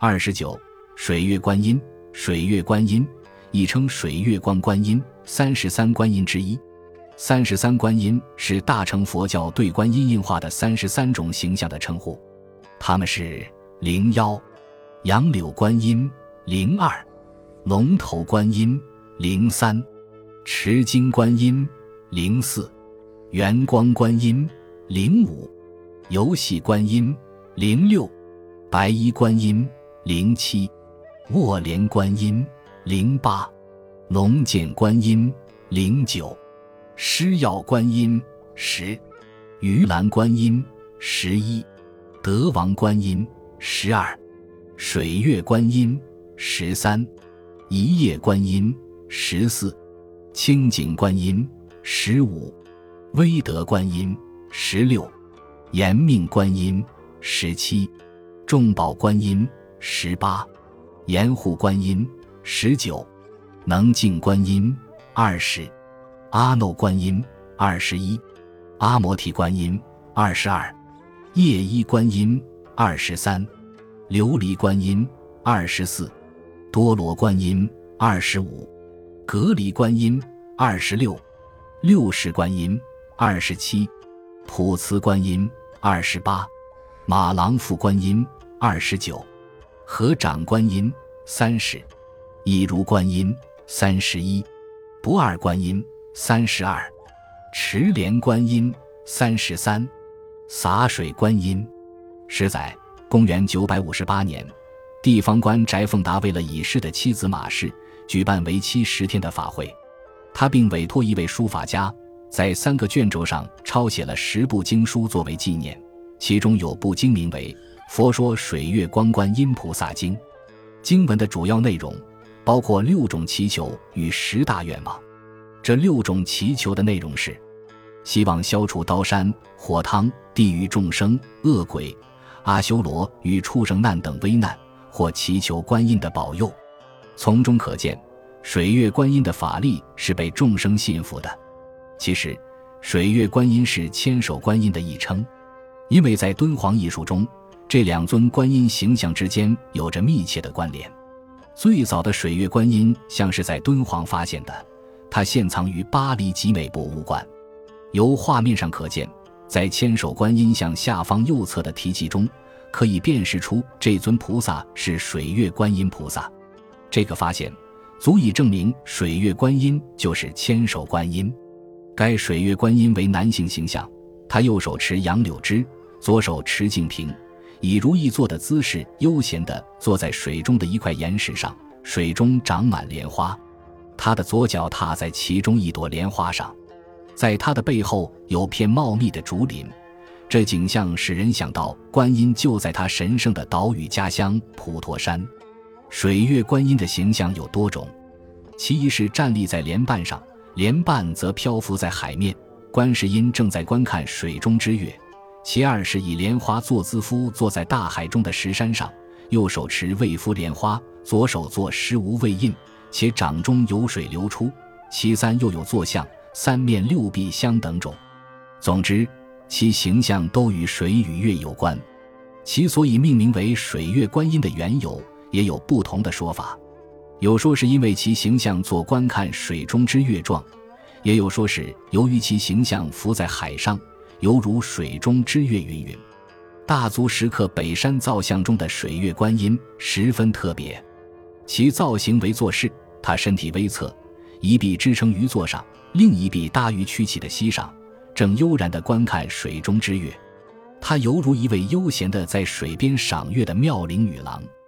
29水月观音。水月观音亦称水月光观音，33观音之一。33观音是大乘佛教对观音应化的33种形象的称呼，他们是灵腰、杨柳观音02、龙头观音03、持经观音04、圆光观音05、游戏观音06、白衣观音07、卧莲观音08、龙剑观音09、施药观音10、鱼篮观音11、德王观音12、水月观音13、一叶观音14、清净观音15、威德观音16、延命观音17、众宝观音18、严护观音19、能净观音20、阿耨观音21、阿摩提观音22、夜依观音23、琉璃观音24、多罗观音25、隔离观音26、六世观音27、普慈观音28、马郎父观音29、合掌观音30、一如观音31、不二观音32、持莲观音33、洒水观音。史载，公元958年，地方官翟凤达为了已逝的妻子马氏，举办为期10天的法会。他并委托一位书法家，在3个卷轴上抄写了10部经书作为纪念，其中有部经名为《佛说水月光观音菩萨经》。经文的主要内容包括6种祈求与10大愿望。这6种祈求的内容是：希望消除刀山、火汤、地狱众生、恶鬼、阿修罗与畜生难等危难，或祈求观音的保佑。从中可见，水月观音的法力是被众生信服的。其实，水月观音是千手观音的一称，因为在敦煌艺术中，这2尊观音形象之间有着密切的关联。最早的水月观音像是在敦煌发现的，它现藏于巴黎集美博物馆。由画面上可见，在千手观音像下方右侧的题记中，可以辨识出这尊菩萨是水月观音菩萨。这个发现足以证明水月观音就是千手观音。该水月观音为男性形象，他右手持杨柳枝，左手持净瓶，以如意坐的姿势悠闲地坐在水中的一块岩石上，水中长满莲花，他的左脚踏在其中一朵莲花上，在他的背后有片茂密的竹林，这景象使人想到观音就在他神圣的岛屿家乡普陀山。水月观音的形象有多种，其一是站立在莲瓣上，莲瓣则漂浮在海面，观世音正在观看水中之月；其二是以莲花坐姿夫坐在大海中的石山上，右手持未敷莲花，左手作施无畏印，且掌中有水流出；其三又有坐像、三面六臂香等种。总之，其形象都与水与月有关。其所以命名为水月观音的缘由也有不同的说法，有说是因为其形象做观看水中之月状，也有说是由于其形象浮在海上，犹如水中之月云云。大足石刻北山造像中的水月观音十分特别，其造型为坐式，他身体微侧，一臂支撑于座上，另一臂搭于曲起的膝上，正悠然地观看水中之月。他犹如一位悠闲地在水边赏月的妙龄女郎。